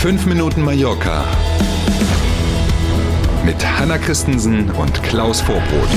5 Minuten Mallorca mit Hanna Christensen und Klaus Vorbrot.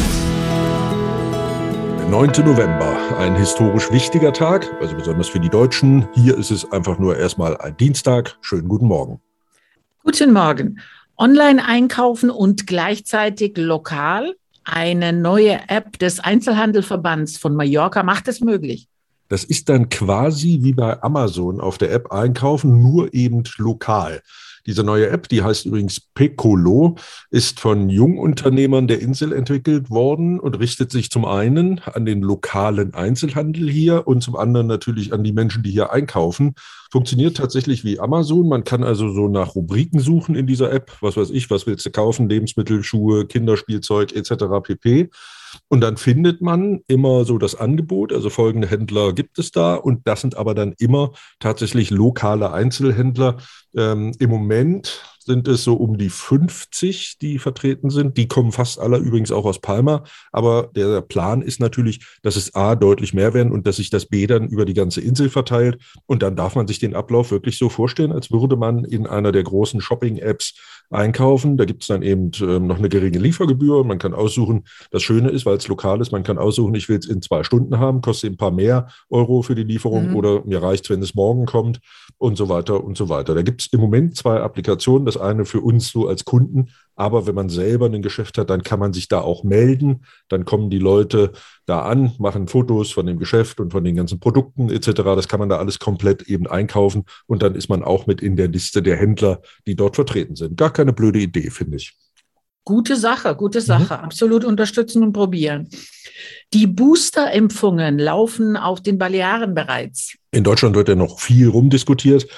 Der 9. November, ein historisch wichtiger Tag, also besonders für die Deutschen. Hier ist es einfach nur erstmal ein Dienstag. Schönen guten Morgen. Guten Morgen. Online einkaufen und gleichzeitig lokal. Eine neue App des Einzelhandelverbands von Mallorca macht es möglich. Das ist dann quasi wie bei Amazon auf der App einkaufen, nur eben lokal. Diese neue App, die heißt übrigens Pecolo, ist von Jungunternehmern der Insel entwickelt worden und richtet sich zum einen an den lokalen Einzelhandel hier und zum anderen natürlich an die Menschen, die hier einkaufen. Funktioniert tatsächlich wie Amazon. Man kann also so nach Rubriken suchen in dieser App. Was weiß ich, was willst du kaufen? Lebensmittel, Schuhe, Kinderspielzeug etc. pp. Und dann findet man immer so das Angebot, also folgende Händler gibt es da und das sind aber dann immer tatsächlich lokale Einzelhändler. Im Moment sind es so um die 50, die vertreten sind. Die kommen fast alle übrigens auch aus Palma. Aber der Plan ist natürlich, dass es A, deutlich mehr werden und dass sich das B dann über die ganze Insel verteilt. Und dann darf man sich den Ablauf wirklich so vorstellen, als würde man in einer der großen Shopping-Apps einkaufen. Da gibt es dann eben noch eine geringe Liefergebühr. Man kann aussuchen, das Schöne ist, weil es lokal ist, man kann aussuchen, ich will es in 2 Stunden haben, kostet ein paar mehr Euro für die Lieferung oder mir reicht es, wenn es morgen kommt und so weiter und so weiter. Da gibt es im Moment 2 Applikationen. Das eine für uns so als Kunden, aber wenn man selber ein Geschäft hat, dann kann man sich da auch melden. Dann kommen die Leute da an, machen Fotos von dem Geschäft und von den ganzen Produkten etc. Das kann man da alles komplett eben einkaufen und dann ist man auch mit in der Liste der Händler, die dort vertreten sind. Gar keine blöde Idee, finde ich. Gute Sache. Absolut unterstützen und probieren. Die Booster-Impfungen laufen auf den Balearen bereits. In Deutschland wird ja noch viel rumdiskutiert.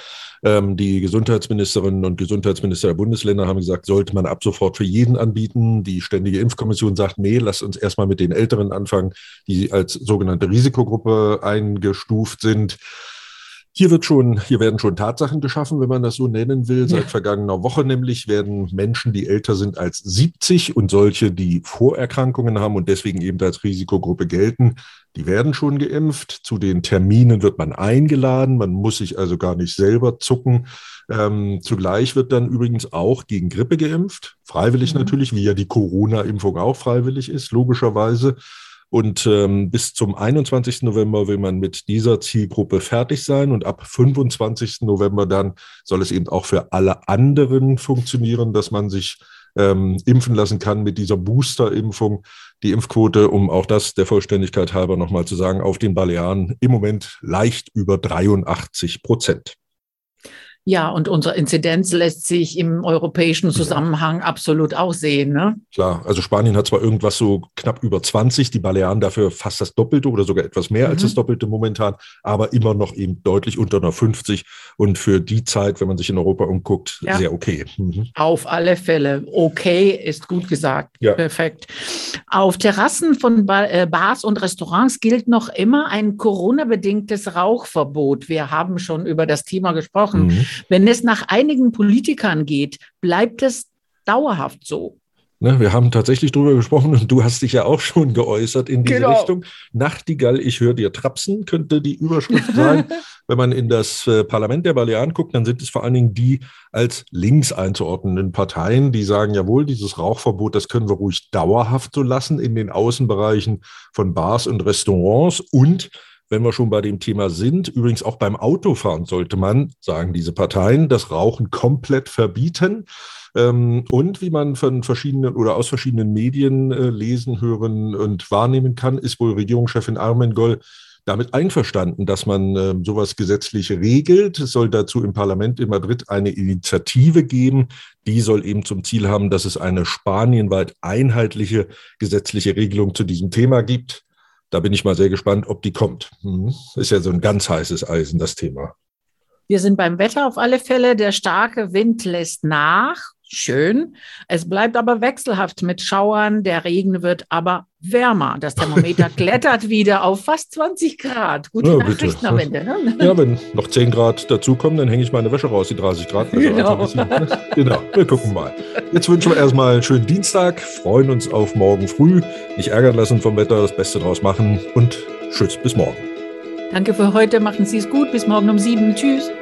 Die Gesundheitsministerinnen und Gesundheitsminister der Bundesländer haben gesagt, sollte man ab sofort für jeden anbieten. Die Ständige Impfkommission sagt, nee, lasst uns erstmal mit den Älteren anfangen, die als sogenannte Risikogruppe eingestuft sind. Hier werden schon Tatsachen geschaffen, wenn man das so nennen will. Seit vergangener Woche nämlich werden Menschen, die älter sind als 70 und solche, die Vorerkrankungen haben und deswegen eben als Risikogruppe gelten, die werden schon geimpft. Zu den Terminen wird man eingeladen. Man muss sich also gar nicht selber zucken. Zugleich wird dann übrigens auch gegen Grippe geimpft. Freiwillig natürlich, wie ja die Corona-Impfung auch freiwillig ist, logischerweise. Und bis zum 21. November will man mit dieser Zielgruppe fertig sein. Und ab 25. November dann soll es eben auch für alle anderen funktionieren, dass man sich impfen lassen kann mit dieser Booster-Impfung. Die Impfquote, um auch das der Vollständigkeit halber nochmal zu sagen, auf den Balearen im Moment leicht über 83%. Ja, und unsere Inzidenz lässt sich im europäischen Zusammenhang absolut auch sehen, ne? Klar, also Spanien hat zwar irgendwas so knapp über 20, die Balearen dafür fast das Doppelte oder sogar etwas mehr als das Doppelte momentan, aber immer noch eben deutlich unter einer 50 und für die Zeit, wenn man sich in Europa umguckt, sehr okay. Auf alle Fälle. Okay ist gut gesagt. Ja. Perfekt. Auf Terrassen von Bars und Restaurants gilt noch immer ein Corona-bedingtes Rauchverbot. Wir haben schon über das Thema gesprochen. Wenn es nach einigen Politikern geht, bleibt es dauerhaft so. Wir haben tatsächlich drüber gesprochen und du hast dich ja auch schon geäußert in diese Richtung. Nachtigall, ich höre dir trapsen, könnte die Überschrift sein. Wenn man in das Parlament der Balearen guckt, dann sind es vor allen Dingen die als links einzuordnenden Parteien, die sagen, jawohl, dieses Rauchverbot, das können wir ruhig dauerhaft so lassen in den Außenbereichen von Bars und Restaurants und wenn wir schon bei dem Thema sind, übrigens auch beim Autofahren sollte man, sagen diese Parteien, das Rauchen komplett verbieten. Und wie man von verschiedenen oder aus verschiedenen Medien lesen, hören und wahrnehmen kann, ist wohl Regierungschefin Armengol damit einverstanden, dass man sowas gesetzlich regelt. Es soll dazu im Parlament in Madrid eine Initiative geben. Die soll eben zum Ziel haben, dass es eine spanienweit einheitliche gesetzliche Regelung zu diesem Thema gibt. Da bin ich mal sehr gespannt, ob die kommt. Ist ja so ein ganz heißes Eisen, das Thema. Wir sind beim Wetter auf alle Fälle. Der starke Wind lässt nach. Schön. Es bleibt aber wechselhaft mit Schauern. Der Regen wird aber wärmer. Das Thermometer klettert wieder auf fast 20 Grad. Gute Nachrichten am Ende. Ne? Ja, wenn noch 10 Grad dazukommen, dann hänge ich meine Wäsche raus, die 30 Grad. Genau, wir gucken mal. Jetzt wünschen wir erstmal einen schönen Dienstag, freuen uns auf morgen früh. Nicht ärgern lassen vom Wetter, das Beste draus machen und tschüss, bis morgen. Danke für heute, machen Sie es gut. Bis morgen um 7. Tschüss.